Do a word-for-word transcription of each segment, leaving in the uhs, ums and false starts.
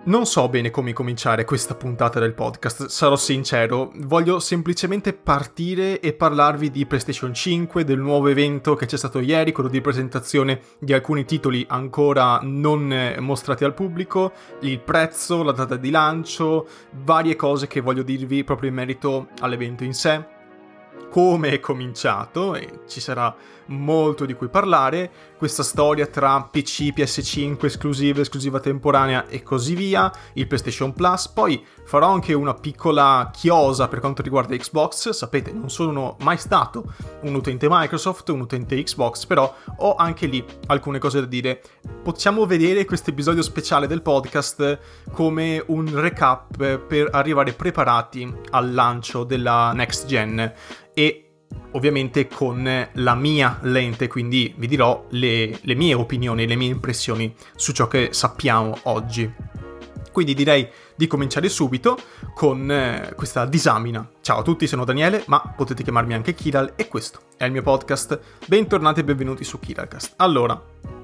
Non so bene come cominciare questa puntata del podcast, sarò sincero, voglio semplicemente partire e parlarvi di PlayStation cinque, del nuovo evento che c'è stato ieri, quello di presentazione di alcuni titoli ancora non mostrati al pubblico, il prezzo, la data di lancio, varie cose che voglio dirvi proprio in merito all'evento in sé, come è cominciato, e ci sarà molto di cui parlare, questa storia tra P C, P S cinque, esclusive, esclusiva temporanea e così via, il PlayStation Plus, poi farò anche una piccola chiosa per quanto riguarda Xbox. Sapete, non sono mai stato un utente Microsoft, un utente Xbox, però ho anche lì alcune cose da dire. Possiamo vedere questo episodio speciale del podcast come un recap per arrivare preparati al lancio della next gen e ovviamente con la mia lente, quindi vi dirò le, le mie opinioni, le mie impressioni su ciò che sappiamo oggi. Quindi direi di cominciare subito con eh, questa disamina. Ciao a tutti, sono Daniele, ma potete chiamarmi anche Kiral e questo è il mio podcast. Bentornati e benvenuti su Kiralcast. Allora,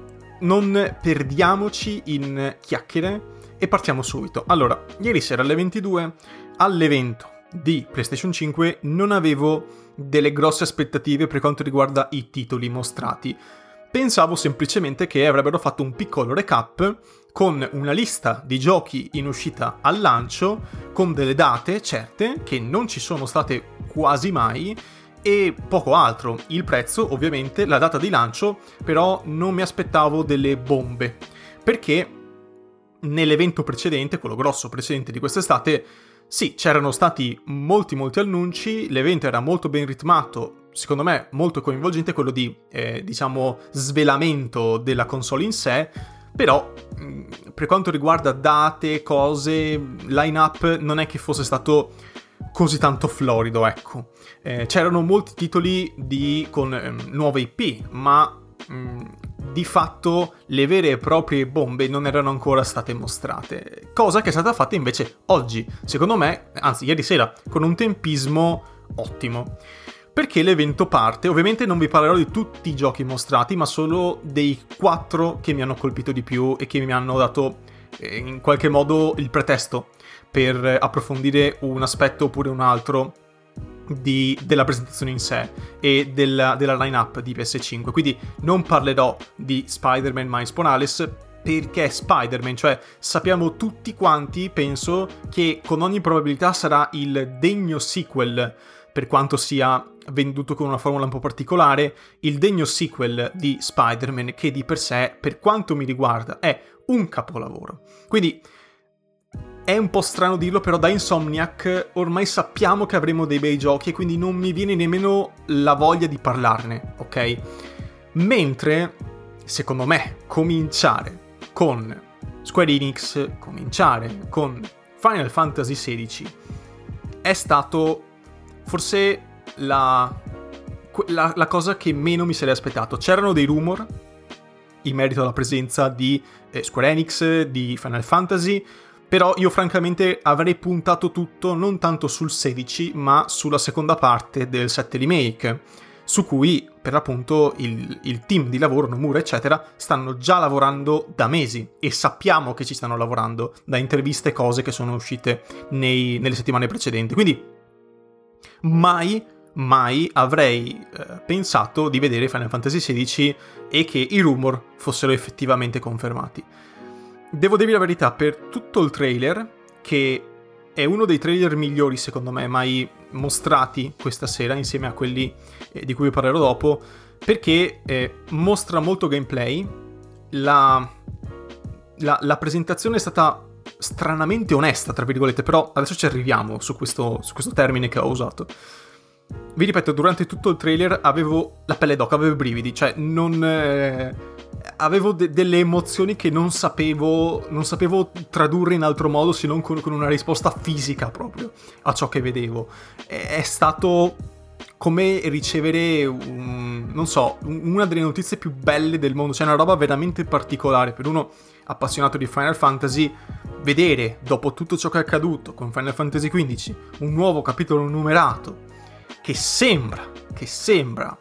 non perdiamoci in chiacchiere e partiamo subito. Allora, ieri sera alle ventidue, all'evento di PlayStation cinque, non avevo delle grosse aspettative per quanto riguarda i titoli mostrati. Pensavo semplicemente che avrebbero fatto un piccolo recap con una lista di giochi in uscita al lancio, con delle date certe che non ci sono state quasi mai e poco altro. Il prezzo, ovviamente, la data di lancio, però non mi aspettavo delle bombe, perché nell'evento precedente, quello grosso precedente di quest'estate, sì, c'erano stati molti molti annunci, l'evento era molto ben ritmato, secondo me molto coinvolgente, quello di, eh, diciamo, svelamento della console in sé, però mh, per quanto riguarda date, cose, line-up, non è che fosse stato così tanto florido, ecco. Eh, c'erano molti titoli di, con eh, nuove I P, ma mh, di fatto le vere e proprie bombe non erano ancora state mostrate, cosa che è stata fatta invece oggi, secondo me, anzi ieri sera, con un tempismo ottimo. Perché l'evento parte, ovviamente non vi parlerò di tutti i giochi mostrati, ma solo dei quattro che mi hanno colpito di più e che mi hanno dato eh, in qualche modo il pretesto per approfondire un aspetto oppure un altro Di, della presentazione in sé e della, della line-up di P S cinque. Quindi non parlerò di Spider-Man Miles Morales, perché Spider-Man, cioè sappiamo tutti quanti, penso, che con ogni probabilità sarà il degno sequel, per quanto sia venduto con una formula un po' particolare, il degno sequel di Spider-Man, che di per sé, per quanto mi riguarda, è un capolavoro. Quindi è un po' strano dirlo, però da Insomniac ormai sappiamo che avremo dei bei giochi e quindi non mi viene nemmeno la voglia di parlarne, ok? Mentre, secondo me, cominciare con Square Enix, cominciare con Final Fantasy sedici è stato forse la, la, la cosa che meno mi sarei aspettato. C'erano dei rumor in merito alla presenza di eh, Square Enix, di Final Fantasy, però io francamente avrei puntato tutto non tanto sul sedici, ma sulla seconda parte del sette Remake, su cui per l'appunto il, il team di lavoro, Nomura eccetera, stanno già lavorando da mesi e sappiamo che ci stanno lavorando da interviste e cose che sono uscite nei, nelle settimane precedenti. Quindi mai, mai avrei eh, pensato di vedere Final Fantasy sedici e che i rumor fossero effettivamente confermati. Devo dirvi la verità, per tutto il trailer, che è uno dei trailer migliori secondo me mai mostrati questa sera, insieme a quelli eh, di cui vi parlerò dopo, perché eh, mostra molto gameplay, la, la, la presentazione è stata stranamente onesta, tra virgolette, però adesso ci arriviamo su questo, su questo termine che ho usato. Vi ripeto, durante tutto il trailer avevo la pelle d'oca, avevo i brividi, cioè non... Eh, avevo de- delle emozioni che non sapevo non sapevo tradurre in altro modo se non con, con una risposta fisica proprio a ciò che vedevo. È, è stato come ricevere un, non so, una delle notizie più belle del mondo, cioè una roba veramente particolare per uno appassionato di Final Fantasy. Vedere, dopo tutto ciò che è accaduto con Final Fantasy quindici, un nuovo capitolo numerato che sembra, che sembra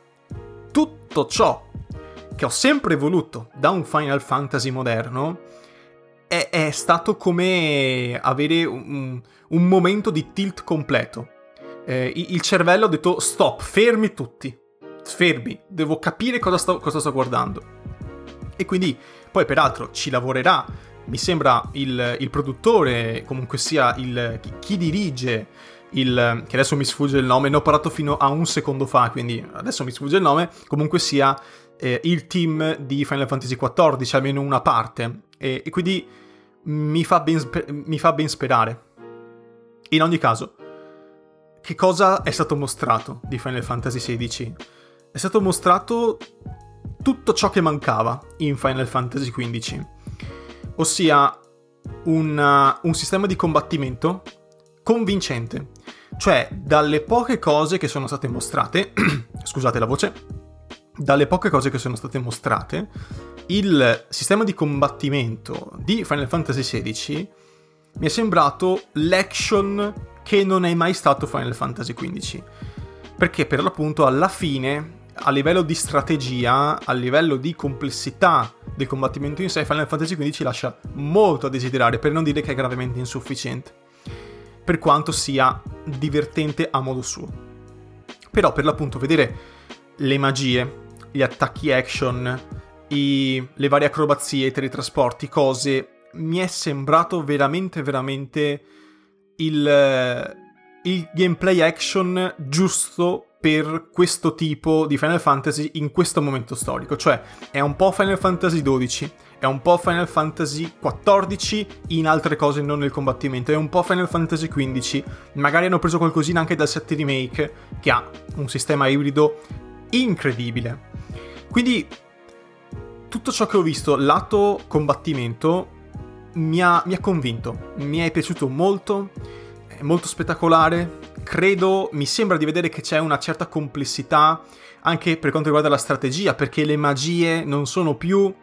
tutto ciò che ho sempre voluto da un Final Fantasy moderno, è, è stato come avere un, un momento di tilt completo. Eh, il cervello ha detto stop, fermi tutti, fermi, devo capire cosa sto, cosa sto guardando. E quindi poi peraltro ci lavorerà, mi sembra, il, il produttore, comunque sia il, chi, chi dirige il, che adesso mi sfugge il nome, ne ho parlato fino a un secondo fa, quindi adesso mi sfugge il nome, comunque sia eh, il team di Final Fantasy quattordici, almeno una parte, e, e quindi mi fa, ben sper- mi fa ben sperare. In ogni caso, che cosa è stato mostrato di Final Fantasy sedici? È stato mostrato tutto ciò che mancava in Final Fantasy quindici, ossia un, un sistema di combattimento convincente. Cioè, dalle poche cose che sono state mostrate, scusate la voce, dalle poche cose che sono state mostrate, il sistema di combattimento di Final Fantasy sedici mi è sembrato l'action che non è mai stato Final Fantasy quindici. Perché per l'appunto alla fine, a livello di strategia, a livello di complessità del combattimento in sé, Final Fantasy quindici lascia molto a desiderare, per non dire che è gravemente insufficiente, per quanto sia divertente a modo suo. Però per l'appunto vedere le magie, gli attacchi action, i, le varie acrobazie, i teletrasporti, cose, mi è sembrato veramente veramente il, il gameplay action giusto per questo tipo di Final Fantasy in questo momento storico. Cioè è un po' Final Fantasy dodici, è un po' Final Fantasy quattordici in altre cose, non nel combattimento, è un po' Final Fantasy quindici, magari hanno preso qualcosina anche dal sette remake, che ha un sistema ibrido incredibile. Quindi tutto ciò che ho visto lato combattimento mi ha, mi ha convinto, mi è piaciuto molto, è molto spettacolare. Credo, mi sembra di vedere che c'è una certa complessità anche per quanto riguarda la strategia, perché le magie non sono più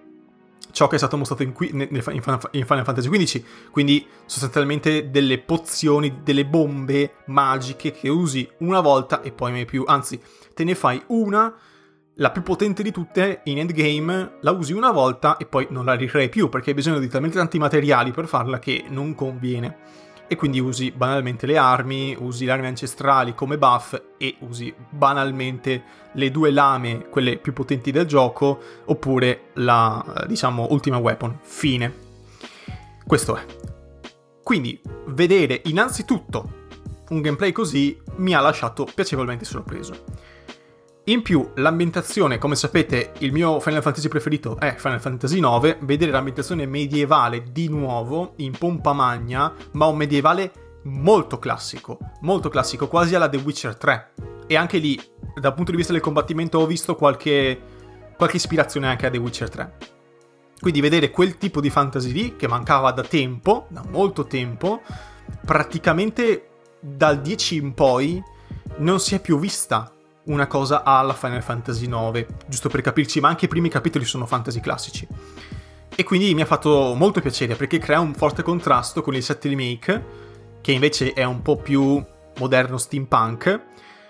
ciò che è stato mostrato in, qui, in Final Fantasy quindici, quindi sostanzialmente delle pozioni, delle bombe magiche che usi una volta e poi mai più, anzi te ne fai una, la più potente di tutte, in endgame, la usi una volta e poi non la ricrei più, perché hai bisogno di talmente tanti materiali per farla che non conviene. E quindi usi banalmente le armi, usi le armi ancestrali come buff e usi banalmente le due lame, quelle più potenti del gioco, oppure la, diciamo, ultima weapon. Fine. Questo è. Quindi, vedere innanzitutto un gameplay così mi ha lasciato piacevolmente sorpreso. In più, l'ambientazione, come sapete, il mio Final Fantasy preferito è Final Fantasy nove, vedere l'ambientazione medievale di nuovo, in pompa magna, ma un medievale molto classico, molto classico, quasi alla The Witcher tre. E anche lì, dal punto di vista del combattimento, ho visto qualche, qualche ispirazione anche a The Witcher tre. Quindi vedere quel tipo di fantasy lì, che mancava da tempo, da molto tempo, praticamente dal dieci in poi, non si è più vista una cosa alla Final Fantasy nove, giusto per capirci, ma anche i primi capitoli sono fantasy classici. E quindi mi ha fatto molto piacere, perché crea un forte contrasto con il sette remake, che invece è un po' più moderno steampunk,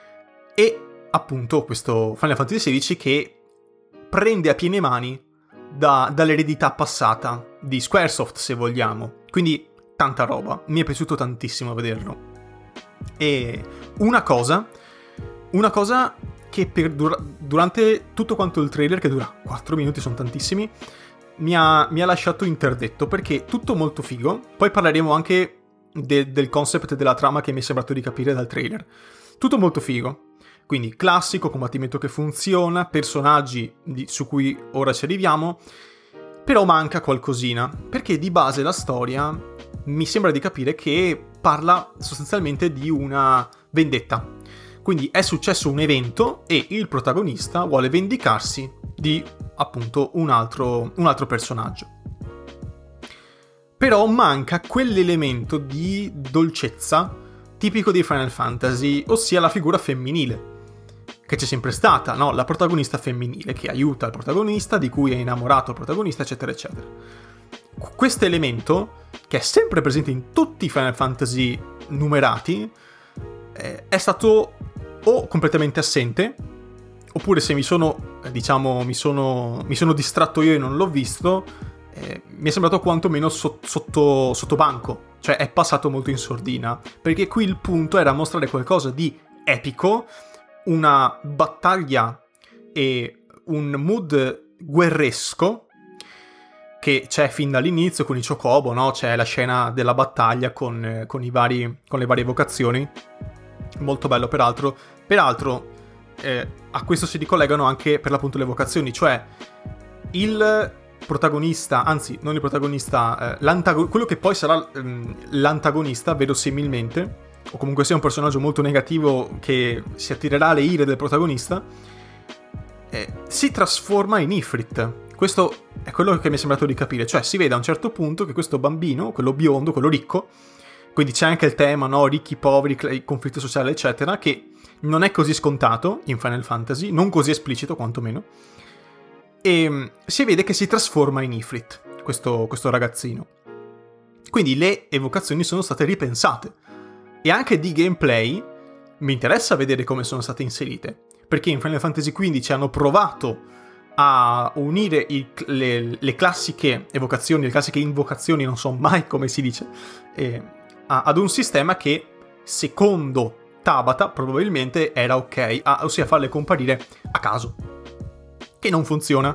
e appunto questo Final Fantasy sedici che prende a piene mani da, dall'eredità passata di Squaresoft, se vogliamo. Quindi tanta roba, mi è piaciuto tantissimo vederlo. E una cosa Una cosa che per dura- durante tutto quanto il trailer, che dura quattro minuti, sono tantissimi, mi ha, mi ha lasciato interdetto, perché tutto molto figo. Poi parleremo anche de- del concept della trama che mi è sembrato di capire dal trailer. Tutto molto figo. Quindi classico, combattimento che funziona, personaggi di- su cui ora ci arriviamo, però manca qualcosina, perché di base la storia mi sembra di capire che parla sostanzialmente di una vendetta. Quindi è successo un evento e il protagonista vuole vendicarsi di, appunto, un altro, un altro personaggio. Però manca quell'elemento di dolcezza tipico di Final Fantasy, ossia la figura femminile, che c'è sempre stata, no? La protagonista femminile che aiuta il protagonista, di cui è innamorato il protagonista, eccetera, eccetera. Questo elemento, che è sempre presente in tutti i Final Fantasy numerati, eh, è stato o completamente assente, oppure se mi sono, diciamo, mi sono, mi sono distratto io e non l'ho visto, eh, mi è sembrato quantomeno so- sotto, sotto banco, cioè è passato molto in sordina, perché qui il punto era mostrare qualcosa di epico, una battaglia e un mood guerresco che c'è fin dall'inizio con i Chocobo, no? C'è la scena della battaglia con, con, i vari, con le varie evocazioni, molto bello peraltro. Peraltro eh, a questo si ricollegano anche per l'appunto le evocazioni, cioè il protagonista, anzi non il protagonista, eh, quello che poi sarà ehm, l'antagonista verosimilmente, o comunque sia un personaggio molto negativo che si attirerà alle ire del protagonista, eh, si trasforma in Ifrit. Questo è quello che mi è sembrato di capire, cioè si vede a un certo punto che questo bambino, quello biondo, quello ricco, quindi c'è anche il tema, no, ricchi, poveri, il conflitto sociale eccetera, che non è così scontato in Final Fantasy, non così esplicito quantomeno, e si vede che si trasforma in Ifrit, questo, questo ragazzino. Quindi le evocazioni sono state ripensate, e anche di gameplay mi interessa vedere come sono state inserite, perché in Final Fantasy quindici hanno provato a unire il, le, le classiche evocazioni, le classiche invocazioni, non so mai come si dice, eh, a, ad un sistema che, secondo Tabata, probabilmente era ok, a, ossia farle comparire a caso, che non funziona.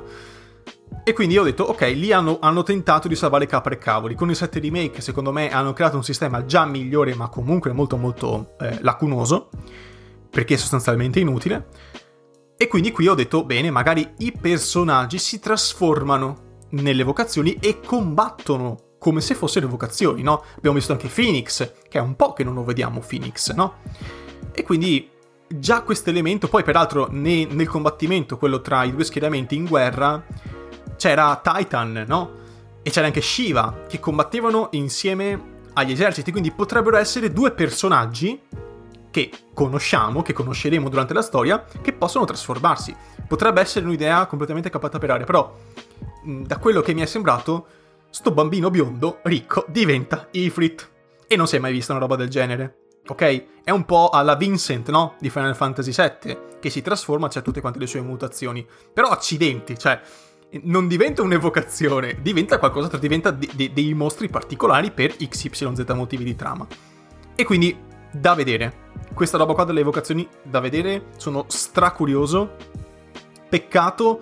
E quindi io ho detto, ok, lì hanno, hanno tentato di salvare capre e cavoli. Con il sette Remake, secondo me, hanno creato un sistema già migliore, ma comunque molto molto eh, lacunoso, perché è sostanzialmente inutile. E quindi qui ho detto, bene, magari i personaggi si trasformano nelle evocazioni e combattono come se fossero evocazioni, no? Abbiamo visto anche Phoenix, che è un po' che non lo vediamo Phoenix, no? E quindi già questo elemento, poi peraltro ne, nel combattimento, quello tra i due schieramenti in guerra, c'era Titan, no? E c'era anche Shiva, che combattevano insieme agli eserciti, quindi potrebbero essere due personaggi che conosciamo, che conosceremo durante la storia, che possono trasformarsi. Potrebbe essere un'idea completamente cappata per aria, però da quello che mi è sembrato, sto bambino biondo, ricco, diventa Ifrit. E non si è mai vista una roba del genere, ok? È un po' alla Vincent, no? Di Final Fantasy sette, che si trasforma, c'ha tutte quante le sue mutazioni. Però accidenti, cioè, non diventa un'evocazione, diventa qualcosa, diventa de- de- dei mostri particolari per X Y Z motivi di trama. E quindi, da vedere. Questa roba qua delle evocazioni da vedere, sono stracurioso. Peccato,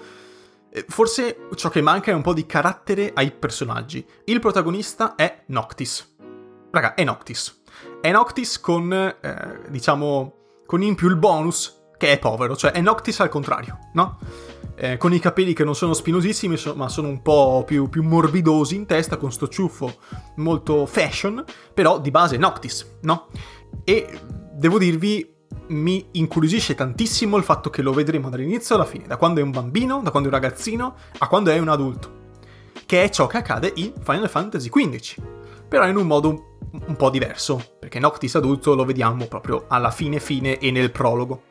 forse ciò che manca è un po' di carattere ai personaggi. Il protagonista è Noctis. Raga, è Noctis. È Noctis con, eh, diciamo, con in più il bonus che è povero, cioè è Noctis al contrario, no? Eh, con i capelli che non sono spinosissimi, ma sono un po' più, più morbidosi in testa, con sto ciuffo molto fashion, però di base Noctis, no? E devo dirvi, mi incuriosisce tantissimo il fatto che lo vedremo dall'inizio alla fine, da quando è un bambino, da quando è un ragazzino, a quando è un adulto, che è ciò che accade in Final Fantasy quindici, però in un modo un po' diverso, perché Noctis adulto lo vediamo proprio alla fine fine e nel prologo.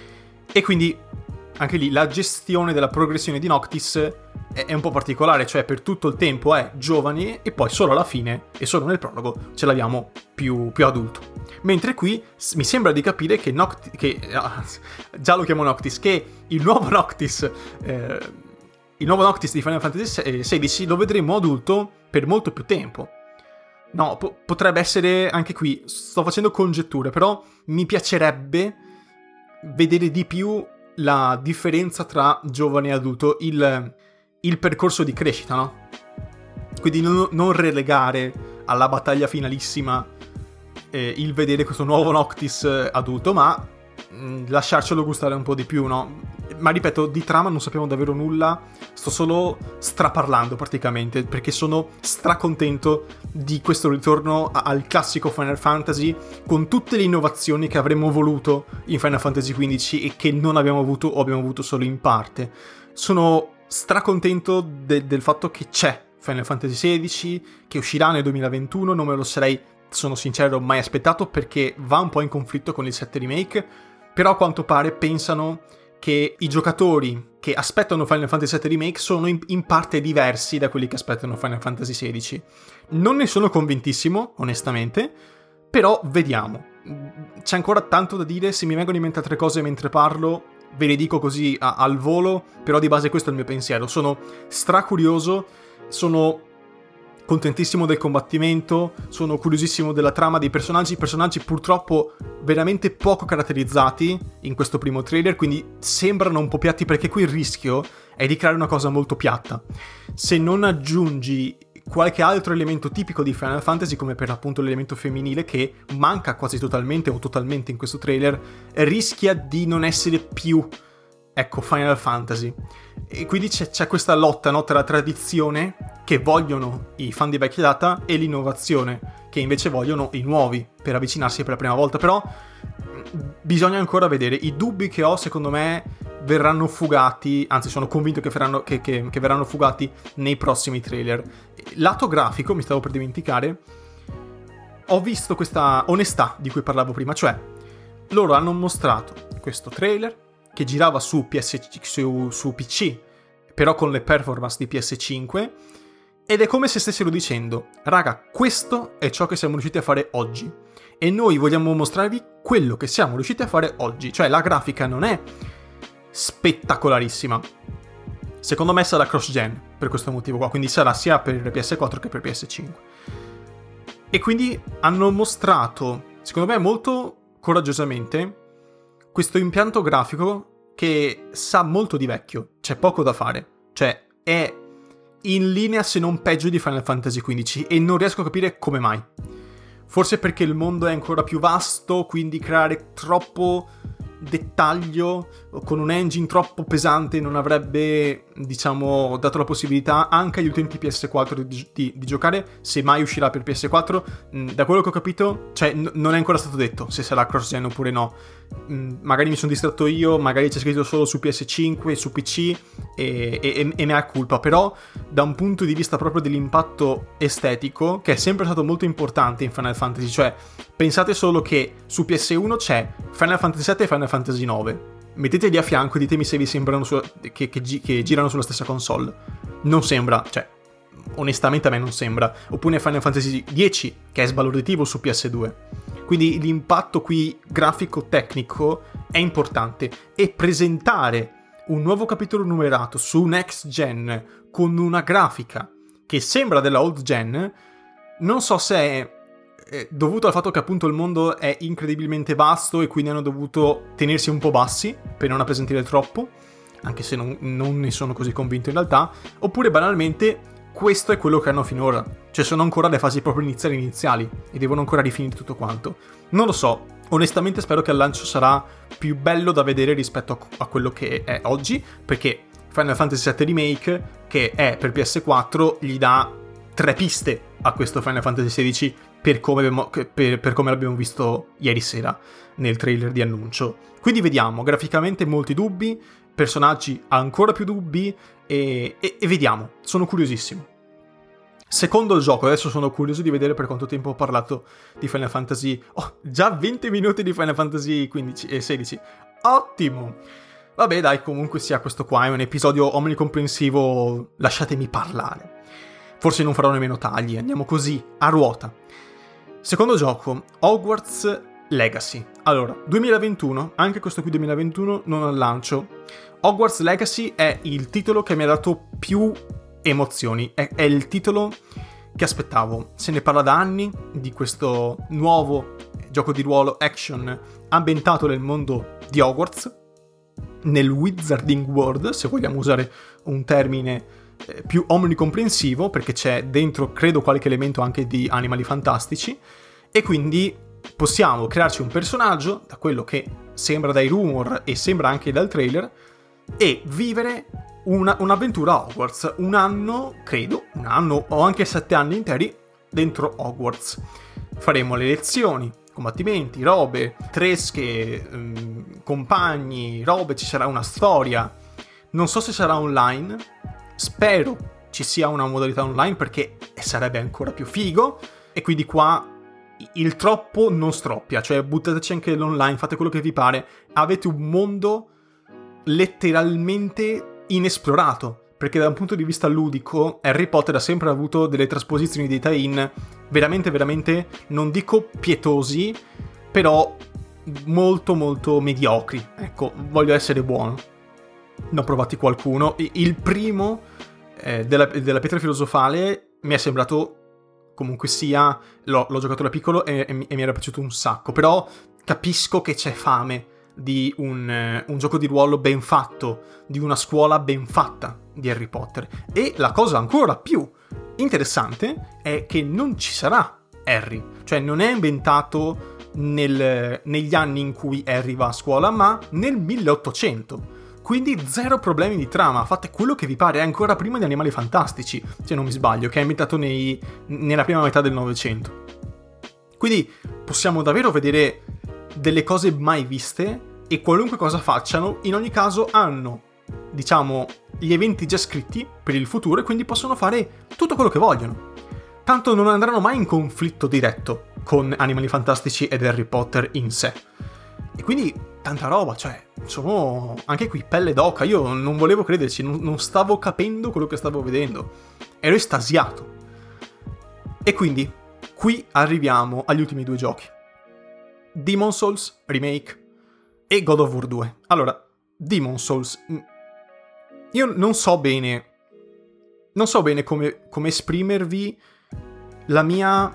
E quindi anche lì la gestione della progressione di Noctis è un po' particolare, cioè per tutto il tempo è giovane e poi solo alla fine e solo nel prologo ce l'abbiamo più, più adulto. Mentre qui mi sembra di capire che Noctis, che ah, già lo chiamo Noctis, che il nuovo Noctis, eh, il nuovo Noctis di Final Fantasy sedici lo vedremo adulto per molto più tempo. No, po- potrebbe essere anche qui, sto facendo congetture, però mi piacerebbe vedere di più la differenza tra giovane e adulto, il, il percorso di crescita, no? Quindi non, non relegare alla battaglia finalissima eh, il vedere questo nuovo Noctis adulto, ma mh, lasciarcelo gustare un po' di più, no? Ma ripeto, di trama non sappiamo davvero nulla, sto solo straparlando praticamente, perché sono stracontento di questo ritorno al classico Final Fantasy, con tutte le innovazioni che avremmo voluto in Final Fantasy quindici e che non abbiamo avuto o abbiamo avuto solo in parte. Sono stracontento de- del fatto che c'è Final Fantasy sedici, che uscirà nel duemilaventuno, non me lo sarei, sono sincero, mai aspettato, perché va un po' in conflitto con il sette Remake, però a quanto pare pensano che i giocatori che aspettano Final Fantasy sette Remake sono in, in parte diversi da quelli che aspettano Final Fantasy sedici. Non ne sono convintissimo, onestamente, però vediamo. C'è ancora tanto da dire, se mi vengono in mente altre cose mentre parlo, ve le dico così a, al volo, però di base questo è il mio pensiero. Sono stracurioso sono contentissimo del combattimento, sono curiosissimo della trama dei personaggi, personaggi purtroppo veramente poco caratterizzati in questo primo trailer, quindi sembrano un po' piatti, perché qui il rischio è di creare una cosa molto piatta. Se non aggiungi qualche altro elemento tipico di Final Fantasy, come per appunto l'elemento femminile che manca quasi totalmente o totalmente in questo trailer, rischia di non essere più, ecco, Final Fantasy. E quindi c'è, c'è questa lotta, no, tra la tradizione, che vogliono i fan di vecchia data, e l'innovazione, che invece vogliono i nuovi, per avvicinarsi per la prima volta. Però bisogna ancora vedere. I dubbi che ho, secondo me, verranno fugati, anzi sono convinto che verranno, che, che, che verranno fugati nei prossimi trailer. Lato grafico, mi stavo per dimenticare, ho visto questa onestà di cui parlavo prima, cioè loro hanno mostrato questo trailer che girava su, P S, su, su P C, però con le performance di P S cinque, ed è come se stessero dicendo: raga, questo è ciò che siamo riusciti a fare oggi, e noi vogliamo mostrarvi quello che siamo riusciti a fare oggi. Cioè la grafica non è spettacolarissima, secondo me sarà cross-gen per questo motivo qua, quindi sarà sia per P S quattro che per P S cinque. E quindi hanno mostrato, secondo me molto coraggiosamente, questo impianto grafico che sa molto di vecchio, c'è poco da fare, cioè è in linea se non peggio di Final Fantasy quindici, e non riesco a capire come mai. Forse perché il mondo è ancora più vasto, quindi creare troppo dettaglio con un engine troppo pesante non avrebbe, diciamo, dato la possibilità anche agli utenti P S quattro di, di, di giocare, se mai uscirà per P S quattro. Da quello che ho capito, cioè n- non è ancora stato detto se sarà cross-gen oppure no. Magari mi sono distratto io, magari c'è scritto solo su P S cinque, su P C, e, e, e me ha colpa. Però da un punto di vista proprio dell'impatto estetico, che è sempre stato molto importante in Final Fantasy, cioè pensate solo che su P S uno c'è Final Fantasy sette e Final Fantasy nove, metteteli a fianco e ditemi se vi sembrano su- che, che, che girano sulla stessa console. Non sembra, cioè onestamente a me non sembra. Oppure Final Fantasy dieci, che è sbalorditivo su P S due. Quindi l'impatto qui grafico-tecnico è importante, e presentare un nuovo capitolo numerato su next gen con una grafica che sembra della old gen, non so se è dovuto al fatto che appunto il mondo è incredibilmente vasto e quindi hanno dovuto tenersi un po' bassi per non appesantire troppo, anche se non, non ne sono così convinto in realtà, oppure banalmente questo è quello che hanno finora, cioè sono ancora le fasi proprio iniziali iniziali e devono ancora rifinire tutto quanto. Non lo so, onestamente spero che al lancio sarà più bello da vedere rispetto a quello che è oggi, perché Final Fantasy sette Remake, che è per P S quattro, gli dà tre piste a questo Final Fantasy sedici per come, abbiamo, per, per come l'abbiamo visto ieri sera nel trailer di annuncio. Quindi vediamo, graficamente molti dubbi, personaggi ancora più dubbi, e, e, e vediamo, sono curiosissimo. Secondo il gioco, adesso sono curioso di vedere per quanto tempo ho parlato di Final Fantasy. Oh, già venti minuti di Final Fantasy quindici e sedici. Ottimo! Vabbè, dai, comunque sia, questo qua è un episodio omnicomprensivo, lasciatemi parlare. Forse non farò nemmeno tagli, andiamo così, a ruota. Secondo gioco, Hogwarts Legacy. Allora, duemilaventuno, anche questo qui duemilaventuno, non al lancio. Hogwarts Legacy è il titolo che mi ha dato più emozioni, è, è il titolo che aspettavo. Se ne parla da anni di questo nuovo gioco di ruolo action ambientato nel mondo di Hogwarts, nel Wizarding World, se vogliamo usare un termine eh, più omnicomprensivo, perché c'è dentro, credo, qualche elemento anche di animali fantastici, e quindi possiamo crearci un personaggio, da quello che sembra dai rumor e sembra anche dal trailer, e vivere una, un'avventura a Hogwarts, un anno, credo, un anno o anche sette anni interi dentro Hogwarts. Faremo le lezioni, combattimenti, robe, tresche, ehm, compagni, robe, ci sarà una storia. Non so se sarà online, spero ci sia una modalità online perché sarebbe ancora più figo, e quindi qua il troppo non stroppia, cioè buttateci anche l'online, fate quello che vi pare, avete un mondo letteralmente inesplorato, perché da un punto di vista ludico Harry Potter ha sempre avuto delle trasposizioni dei tie-in veramente veramente, non dico pietosi, però molto molto mediocri. Ecco, voglio essere buono, ne ho provati qualcuno. Il primo eh, della, della pietra filosofale mi è sembrato comunque sia, l'ho, l'ho giocato da piccolo e, e, mi, e mi era piaciuto un sacco, però capisco che c'è fame di un, un gioco di ruolo ben fatto, di una scuola ben fatta di Harry Potter. E la cosa ancora più interessante è che non ci sarà Harry, cioè non è ambientato nel, negli anni in cui Harry va a scuola, ma nel milleottocento. Quindi zero problemi di trama, fate quello che vi pare, è ancora prima di Animali Fantastici, se non mi sbaglio, che è ambientato nei, nella prima metà del Novecento. Quindi possiamo davvero vedere delle cose mai viste, e qualunque cosa facciano, in ogni caso hanno, diciamo, gli eventi già scritti per il futuro, e quindi possono fare tutto quello che vogliono. Tanto non andranno mai in conflitto diretto con Animali Fantastici ed Harry Potter in sé. E quindi tanta roba, cioè, sono anche qui pelle d'oca. Io non volevo crederci, non, non stavo capendo quello che stavo vedendo. Ero estasiato. E quindi, qui arriviamo agli ultimi due giochi. Demon's Souls Remake e God of War due. Allora, Demon's Souls, io non so bene, non so bene come, come esprimervi la mia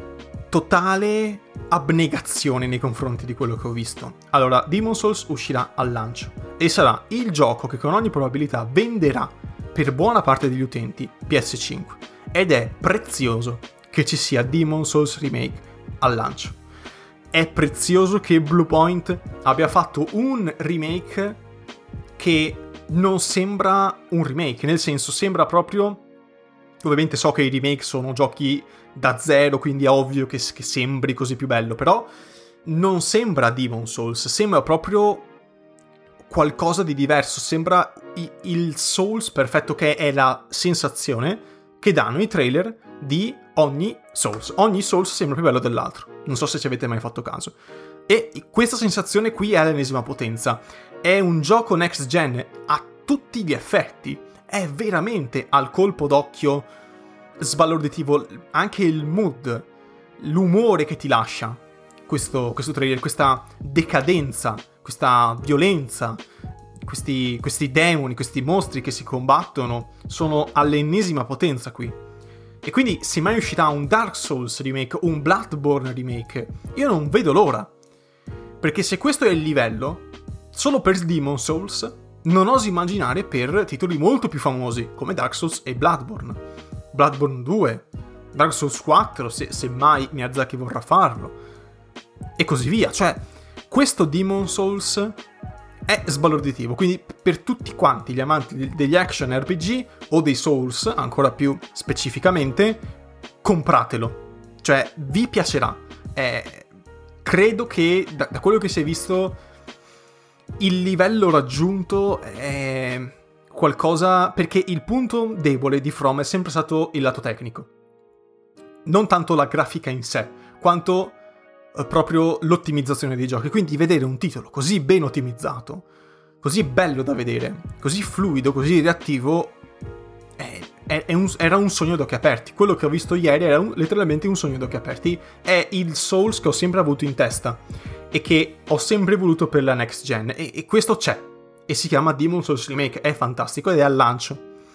totale abnegazione nei confronti di quello che ho visto. Allora, Demon's Souls uscirà al lancio e sarà il gioco che con ogni probabilità venderà per buona parte degli utenti P S cinque, ed è prezioso che ci sia Demon's Souls Remake al lancio. È prezioso che Bluepoint abbia fatto un remake che non sembra un remake, nel senso sembra proprio... Ovviamente so che i remake sono giochi da zero, quindi è ovvio che, che sembri così più bello, però non sembra Demon's Souls, sembra proprio qualcosa di diverso, sembra i- il Souls perfetto, che è la sensazione che danno i trailer di ogni Souls. Ogni Souls sembra più bello dell'altro, non so se ci avete mai fatto caso. E questa sensazione qui è all'ennesima potenza, è un gioco next gen a tutti gli effetti, è veramente al colpo d'occhio sbalorditivo, anche il mood, l'umore che ti lascia questo, questo trailer, questa decadenza, questa violenza, questi, questi demoni, questi mostri che si combattono sono all'ennesima potenza qui. E quindi se mai uscirà un Dark Souls remake o un Bloodborne remake, io non vedo l'ora, perché se questo è il livello, solo per Demon's Souls non oso immaginare per titoli molto più famosi come Dark Souls e Bloodborne, Bloodborne due, Dark Souls quattro, se, se mai Miyazaki vorrà farlo, e così via. Cioè, questo Demon's Souls è sbalorditivo, quindi per tutti quanti gli amanti degli action R P G o dei Souls, ancora più specificamente, compratelo, cioè vi piacerà. Eh, credo che da, da quello che si è visto il livello raggiunto è qualcosa, perché il punto debole di From è sempre stato il lato tecnico, non tanto la grafica in sé quanto eh, proprio l'ottimizzazione dei giochi. Quindi vedere un titolo così ben ottimizzato, così bello da vedere, così fluido, così reattivo, è, è, è un, era un sogno d'occhi aperti. Quello che ho visto ieri era un, letteralmente un sogno d'occhi aperti. È il Souls che ho sempre avuto in testa e che ho sempre voluto per la next gen, e, e questo c'è, e si chiama Demon's Souls Remake, è fantastico ed è al lancio.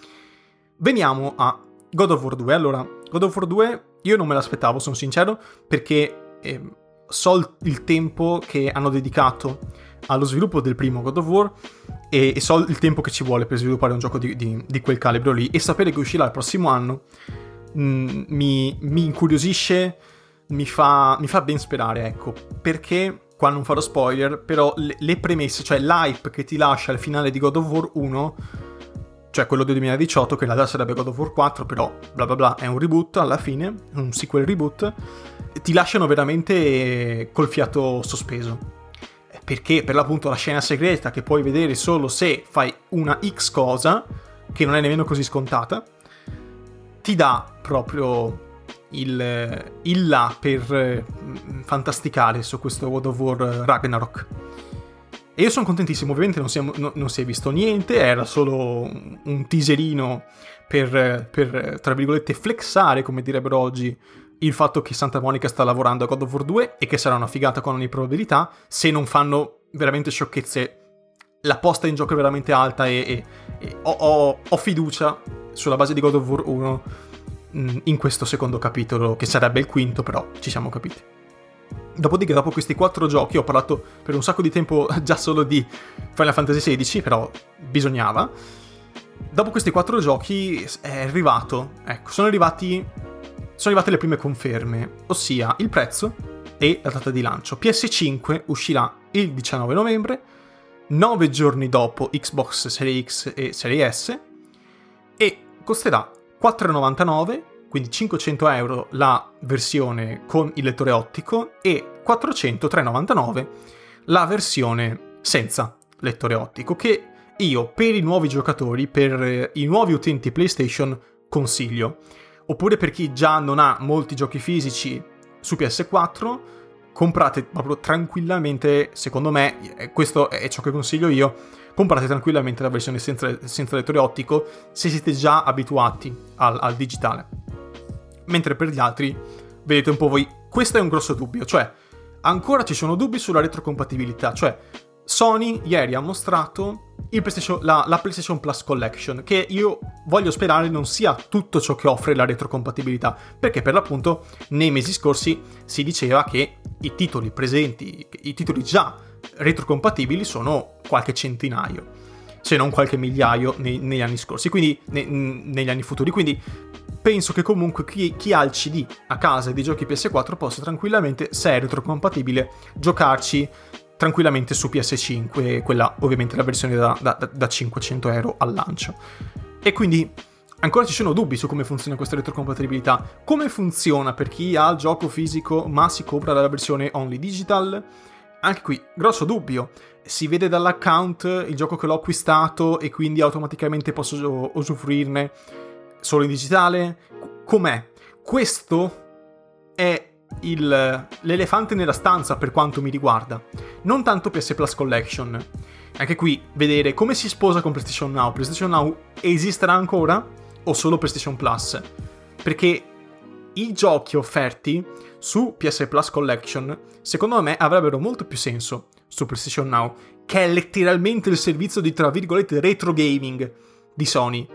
Veniamo a God of War due. Allora, God of War due io non me l'aspettavo, sono sincero, perché eh, so il, il tempo che hanno dedicato allo sviluppo del primo God of War e, e so il tempo che ci vuole per sviluppare un gioco di, di, di quel calibro lì, e sapere che uscirà il prossimo anno mh, mi, mi incuriosisce, mi fa, mi fa ben sperare, ecco, perché qua non farò spoiler, però le, le premesse, cioè l'hype che ti lascia al finale di God of War uno, cioè quello del duemiladiciotto, che in realtà sarebbe God of War quattro, però bla bla bla, è un reboot alla fine, un sequel reboot, ti lasciano veramente col fiato sospeso, perché per l'appunto la scena segreta che puoi vedere solo se fai una X cosa, che non è nemmeno così scontata, ti dà proprio il, il là per eh, fantasticare su questo God of War Ragnarok. E io sono contentissimo. Ovviamente non si, è, no, non si è visto niente, era solo un, un teaserino per, per, tra virgolette, flexare, come direbbero oggi, il fatto che Santa Monica sta lavorando a God of War due e che sarà una figata con ogni probabilità, se non fanno veramente sciocchezze. La posta in gioco è veramente alta e, e, e ho, ho, ho fiducia sulla base di God of War uno mh, in questo secondo capitolo, che sarebbe il quinto, però ci siamo capiti. Dopodiché, dopo questi quattro giochi, ho parlato per un sacco di tempo già solo di Final Fantasy sedici, però bisognava. Dopo questi quattro giochi è arrivato, ecco, sono arrivati, sono arrivate le prime conferme, ossia il prezzo e la data di lancio. P S cinque uscirà il diciannove novembre, nove giorni dopo Xbox Series X e Series S, e costerà quattro e novantanove, quindi cinquecento euro la versione con il lettore ottico e quattrocento, tre e novantanove la versione senza lettore ottico, che io per i nuovi giocatori, per i nuovi utenti PlayStation consiglio. Oppure per chi già non ha molti giochi fisici su P S quattro, comprate proprio tranquillamente, secondo me, questo è ciò che consiglio io, comprate tranquillamente la versione senza, senza lettore ottico se siete già abituati al, al digitale. Mentre per gli altri, vedete un po' voi, questo è un grosso dubbio, cioè ancora ci sono dubbi sulla retrocompatibilità, cioè Sony ieri ha mostrato il PlayStation, la, la PlayStation Plus Collection, che io voglio sperare non sia tutto ciò che offre la retrocompatibilità, perché per l'appunto nei mesi scorsi si diceva che i titoli presenti, i titoli già retrocompatibili sono qualche centinaio, se non qualche migliaio nei, negli anni scorsi, quindi ne, negli anni futuri, quindi penso che comunque chi, chi ha il C D a casa di giochi P S quattro possa tranquillamente, se è retrocompatibile, giocarci tranquillamente su P S cinque, quella ovviamente la versione da, da, da cinquecento euro al lancio. E quindi ancora ci sono dubbi su come funziona questa retrocompatibilità. Come funziona per chi ha il gioco fisico ma si compra la versione only digital? Anche qui, grosso dubbio. Si vede dall'account il gioco che l'ho acquistato e quindi automaticamente posso usufruirne solo in digitale? Com'è? Questo è il, l'elefante nella stanza per quanto mi riguarda. Non tanto P S Plus Collection. Anche qui, vedere come si sposa con PlayStation Now. PlayStation Now esisterà ancora o solo PlayStation Plus? Perché i giochi offerti su P S Plus Collection, secondo me, avrebbero molto più senso su PlayStation Now, che è letteralmente il servizio di, tra virgolette, retro gaming di Sony.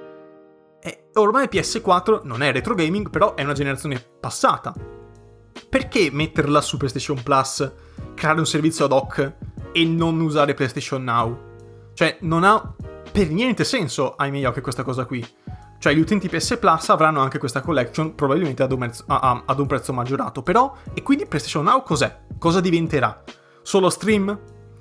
E ormai P S quattro non è retro gaming, però è una generazione passata. Perché metterla su PlayStation Plus, creare un servizio ad hoc e non usare PlayStation Now? Cioè, non ha per niente senso ai miei occhi questa cosa qui. Cioè, gli utenti P S Plus avranno anche questa collection, probabilmente ad un, prezzo, a, ad un prezzo maggiorato. Però, e quindi PlayStation Now cos'è? Cosa diventerà? Solo stream?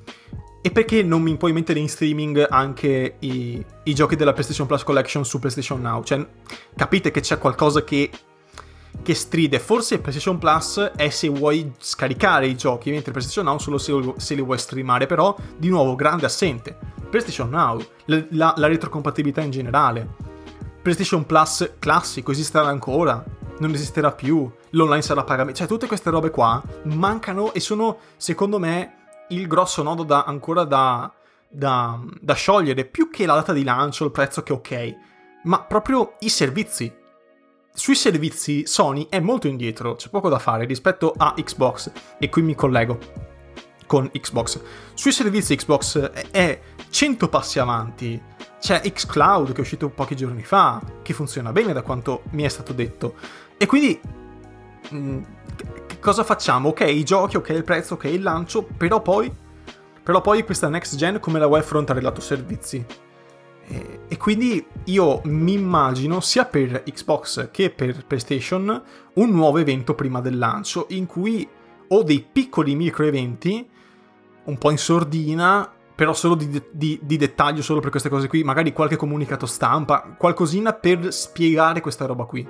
E perché non mi puoi mettere in streaming anche i, i giochi della PlayStation Plus Collection su PlayStation Now? Cioè, capite che c'è qualcosa che... che stride. Forse PlayStation Plus è se vuoi scaricare i giochi, mentre PlayStation Now solo se, se li vuoi streamare. Però, di nuovo, grande assente PlayStation Now, la, la, la retrocompatibilità in generale. PlayStation Plus classico esisterà ancora? Non esisterà più? L'online sarà pagamento? Cioè, tutte queste robe qua mancano e sono, secondo me, il grosso nodo da, ancora da, da, da sciogliere, più che la data di lancio, il prezzo che ok, ma proprio i servizi. Sui servizi Sony è molto indietro, c'è poco da fare rispetto a Xbox, e qui mi collego con Xbox. Sui servizi Xbox è cento passi avanti. C'è xCloud che è uscito pochi giorni fa, che funziona bene da quanto mi è stato detto. E quindi mh, cosa facciamo? Ok, i giochi, ok il prezzo, ok il lancio, però poi però poi questa next gen come la vuoi affrontare lato servizi? E, e quindi io mi immagino sia per Xbox che per PlayStation un nuovo evento prima del lancio, in cui ho dei piccoli micro eventi un po' in sordina, però solo di, di, di dettaglio, solo per queste cose qui, magari qualche comunicato stampa, qualcosina per spiegare questa roba qui,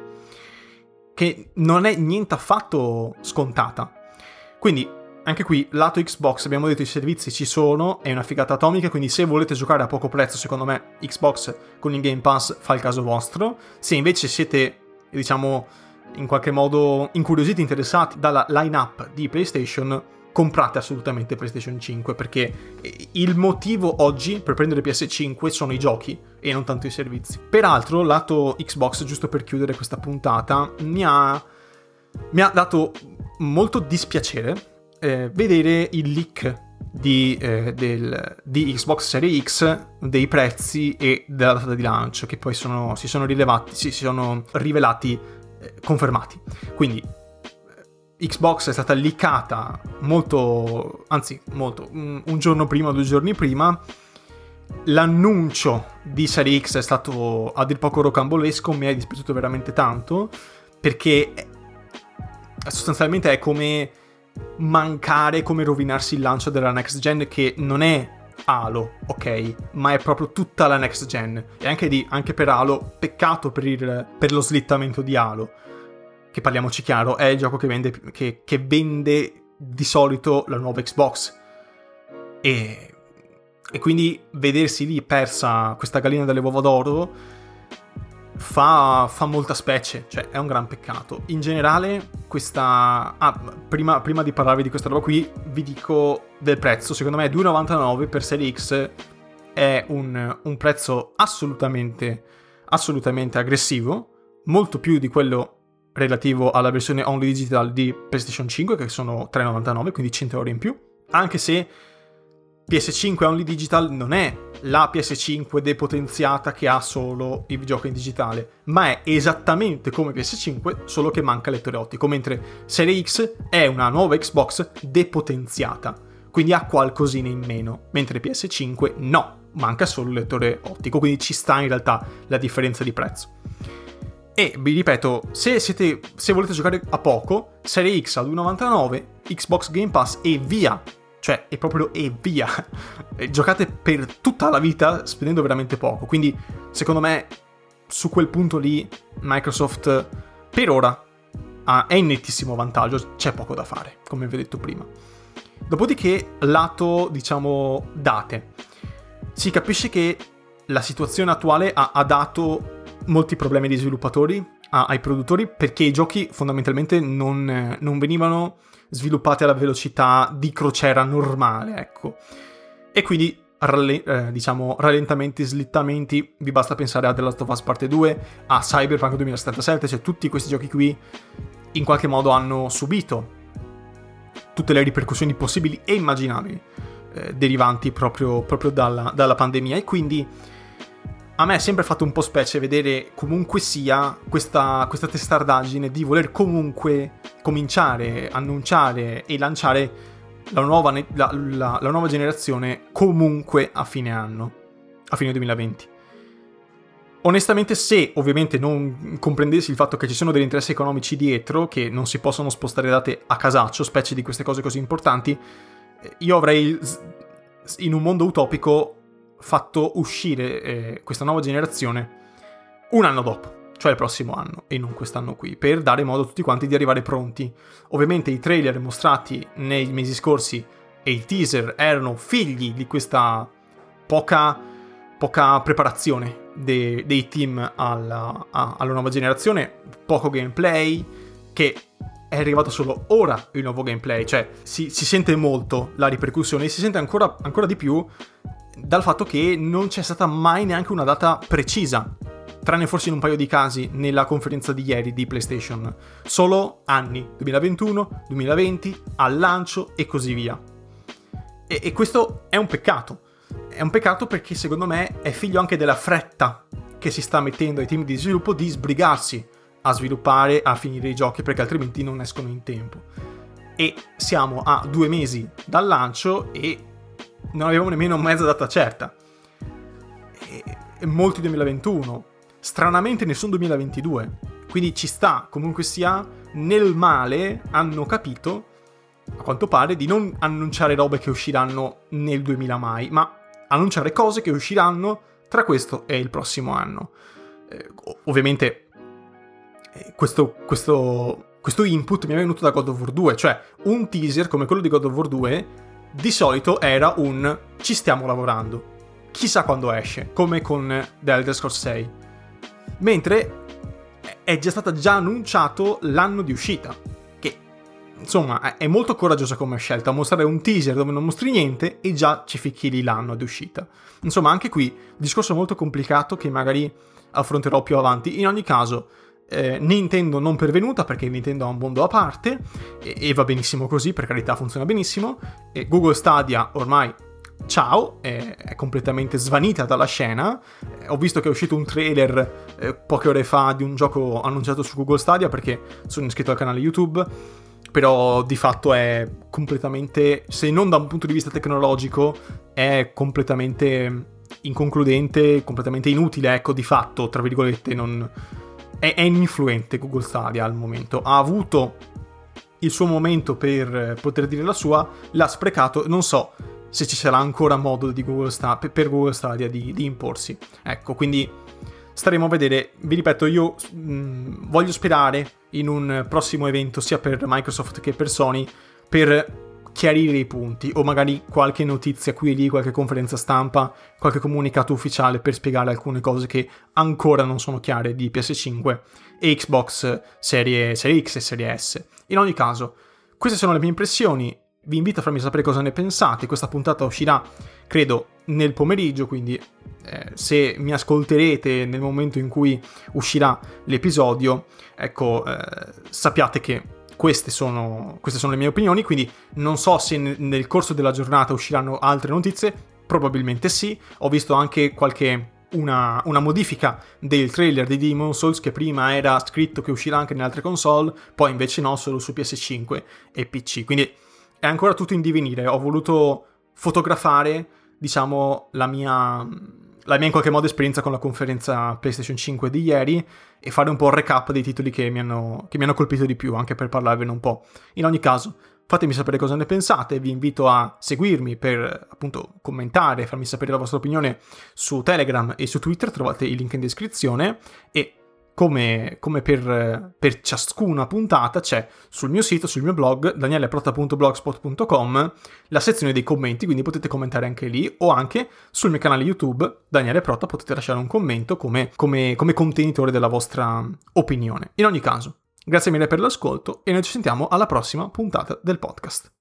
che non è niente affatto scontata. Quindi anche qui, lato Xbox, abbiamo detto i servizi ci sono, è una figata atomica, quindi se volete giocare a poco prezzo, secondo me Xbox con il Game Pass fa il caso vostro. Se invece siete, diciamo, in qualche modo incuriositi, interessati dalla line-up di PlayStation, comprate assolutamente PlayStation cinque, perché il motivo oggi per prendere P S cinque sono i giochi e non tanto i servizi. Peraltro, lato Xbox, giusto per chiudere questa puntata, mi ha, mi ha dato molto dispiacere eh, vedere il leak di, eh, del, di Xbox Series X, dei prezzi e della data di lancio, che poi sono, si sono rilevati, si, si sono rivelati eh, confermati. Quindi eh, Xbox è stata leakata molto, anzi molto, un, un giorno prima, due giorni prima. L'annuncio di Serie X è stato a dir poco rocambolesco, mi è dispiaciuto veramente tanto, perché sostanzialmente è come mancare, come rovinarsi il lancio della next gen, che non è Halo, ok, ma è proprio tutta la next gen. E anche, di, anche per Halo, peccato per, il, per lo slittamento di Halo, che parliamoci chiaro, è il gioco che vende, che, che vende di solito la nuova Xbox. E, e quindi vedersi lì persa questa gallina dalle uova d'oro Fa, fa molta specie, cioè è un gran peccato. In generale, questa... Ah, prima, prima di parlarvi di questa roba qui, vi dico del prezzo. Secondo me due virgola novantanove per Serie X è un, un prezzo assolutamente, assolutamente aggressivo, molto più di quello relativo alla versione only digital di PlayStation cinque, che sono tre virgola novantanove, quindi cento euro in più. Anche se P S cinque only digital non è la P S cinque depotenziata che ha solo il gioco in digitale, ma è esattamente come P S cinque, solo che manca lettore ottico, mentre Serie X è una nuova Xbox depotenziata, quindi ha qualcosina in meno, mentre P S cinque no, manca solo il lettore ottico, quindi ci sta in realtà la differenza di prezzo. E vi ripeto, se, siete, se volete giocare a poco, Serie X a due virgola novantanove, Xbox Game Pass e via. Cioè, è proprio e via. Giocate per tutta la vita spendendo veramente poco. Quindi, secondo me, su quel punto lì, Microsoft, per ora, ha, è in nettissimo vantaggio. C'è poco da fare, come vi ho detto prima. Dopodiché, lato, diciamo, date. Si capisce che la situazione attuale ha, ha dato molti problemi agli sviluppatori, a, ai produttori, perché i giochi fondamentalmente non, non venivano sviluppate alla velocità di crociera normale, ecco. E quindi, ralle- eh, diciamo, rallentamenti, slittamenti, vi basta pensare a The Last of Us Parte due, a Cyberpunk duemilasettantasette, cioè tutti questi giochi qui in qualche modo hanno subito tutte le ripercussioni possibili e immaginabili eh, derivanti proprio, proprio dalla, dalla pandemia, e quindi a me è sempre fatto un po' specie vedere comunque sia questa, questa testardaggine di voler comunque cominciare, annunciare e lanciare la nuova, la, la, la nuova generazione comunque a fine anno, a fine duemilaventi. Onestamente, se ovviamente non comprendessi il fatto che ci sono degli interessi economici dietro, che non si possono spostare date a casaccio, specie di queste cose così importanti, io avrei, in un mondo utopico, fatto uscire eh, questa nuova generazione un anno dopo, cioè il prossimo anno, e non quest'anno qui, per dare modo a tutti quanti di arrivare pronti. Ovviamente i trailer mostrati nei mesi scorsi e i teaser erano figli di questa poca, poca preparazione de, dei team alla, a, alla nuova generazione, poco gameplay, che è arrivato solo ora il nuovo gameplay, cioè si, si sente molto la ripercussione, e si sente ancora, ancora di più dal fatto che non c'è stata mai neanche una data precisa, tranne forse in un paio di casi nella conferenza di ieri di PlayStation. Solo anni, duemilaventuno, duemilaventi, al lancio e così via. E, e questo è un peccato. È un peccato perché secondo me è figlio anche della fretta che si sta mettendo ai team di sviluppo di sbrigarsi a sviluppare, a finire i giochi, perché altrimenti non escono in tempo. E siamo a due mesi dal lancio e non avevamo nemmeno mezza data certa. E, e molti duemilaventuno, stranamente nessun duemilaventidue, quindi ci sta, comunque sia, nel male hanno capito, a quanto pare, di non annunciare robe che usciranno nel duemila mai, ma annunciare cose che usciranno tra questo e il prossimo anno. Eh, ovviamente eh, questo, questo, questo input mi è venuto da God of War due, cioè un teaser come quello di God of War due di solito era un ci stiamo lavorando, chissà quando esce, come con The Elder Scrolls sei, mentre è già stata già annunciato l'anno di uscita, che insomma è molto coraggiosa come scelta, mostrare un teaser dove non mostri niente e già ci ficchi lì l'anno di uscita. Insomma, anche qui discorso molto complicato che magari affronterò più avanti. In ogni caso, eh, Nintendo non pervenuta, perché Nintendo ha un mondo a parte e, e va benissimo così, per carità, funziona benissimo. E Google Stadia ormai ciao, è, è completamente svanita dalla scena. Eh, ho visto che è uscito un trailer eh, poche ore fa di un gioco annunciato su Google Stadia, perché sono iscritto al canale YouTube, però di fatto è completamente, se non da un punto di vista tecnologico, è completamente inconcludente, completamente inutile, ecco, di fatto, tra virgolette, non è, è ininfluente Google Stadia al momento. Ha avuto il suo momento per poter dire la sua, l'ha sprecato, non so se ci sarà ancora modo di Google Stadia, per Google Stadia di, di imporsi. Ecco, quindi staremo a vedere. Vi ripeto, io mh, voglio sperare in un prossimo evento sia per Microsoft che per Sony per chiarire i punti, o magari qualche notizia qui e lì, qualche conferenza stampa, qualche comunicato ufficiale per spiegare alcune cose che ancora non sono chiare di P S cinque e Xbox Serie, serie X e Serie S. In ogni caso, queste sono le mie impressioni. Vi invito a farmi sapere cosa ne pensate. Questa puntata uscirà, credo, nel pomeriggio, quindi eh, se mi ascolterete nel momento in cui uscirà l'episodio, ecco, eh, sappiate che queste sono, queste sono le mie opinioni, quindi non so se n- nel corso della giornata usciranno altre notizie, probabilmente sì. Ho visto anche qualche una, una modifica del trailer di Demon's Souls, che prima era scritto che uscirà anche nelle altre console, poi invece no, solo su P S cinque e P C, quindi è ancora tutto in divenire. Ho voluto fotografare, diciamo, la mia, la mia in qualche modo esperienza con la conferenza PlayStation cinque di ieri e fare un po' il recap dei titoli che mi hanno, che mi hanno colpito di più, anche per parlarvene un po'. In ogni caso, fatemi sapere cosa ne pensate, vi invito a seguirmi per, appunto, commentare, farmi sapere la vostra opinione su Telegram e su Twitter, trovate il link in descrizione, e Come, come per, per ciascuna puntata c'è sul mio sito, sul mio blog, danieleprotta punto blogspot punto com, la sezione dei commenti, quindi potete commentare anche lì, o anche sul mio canale YouTube, Daniele Protta, potete lasciare un commento come, come, come contenitore della vostra opinione. In ogni caso, grazie mille per l'ascolto e noi ci sentiamo alla prossima puntata del podcast.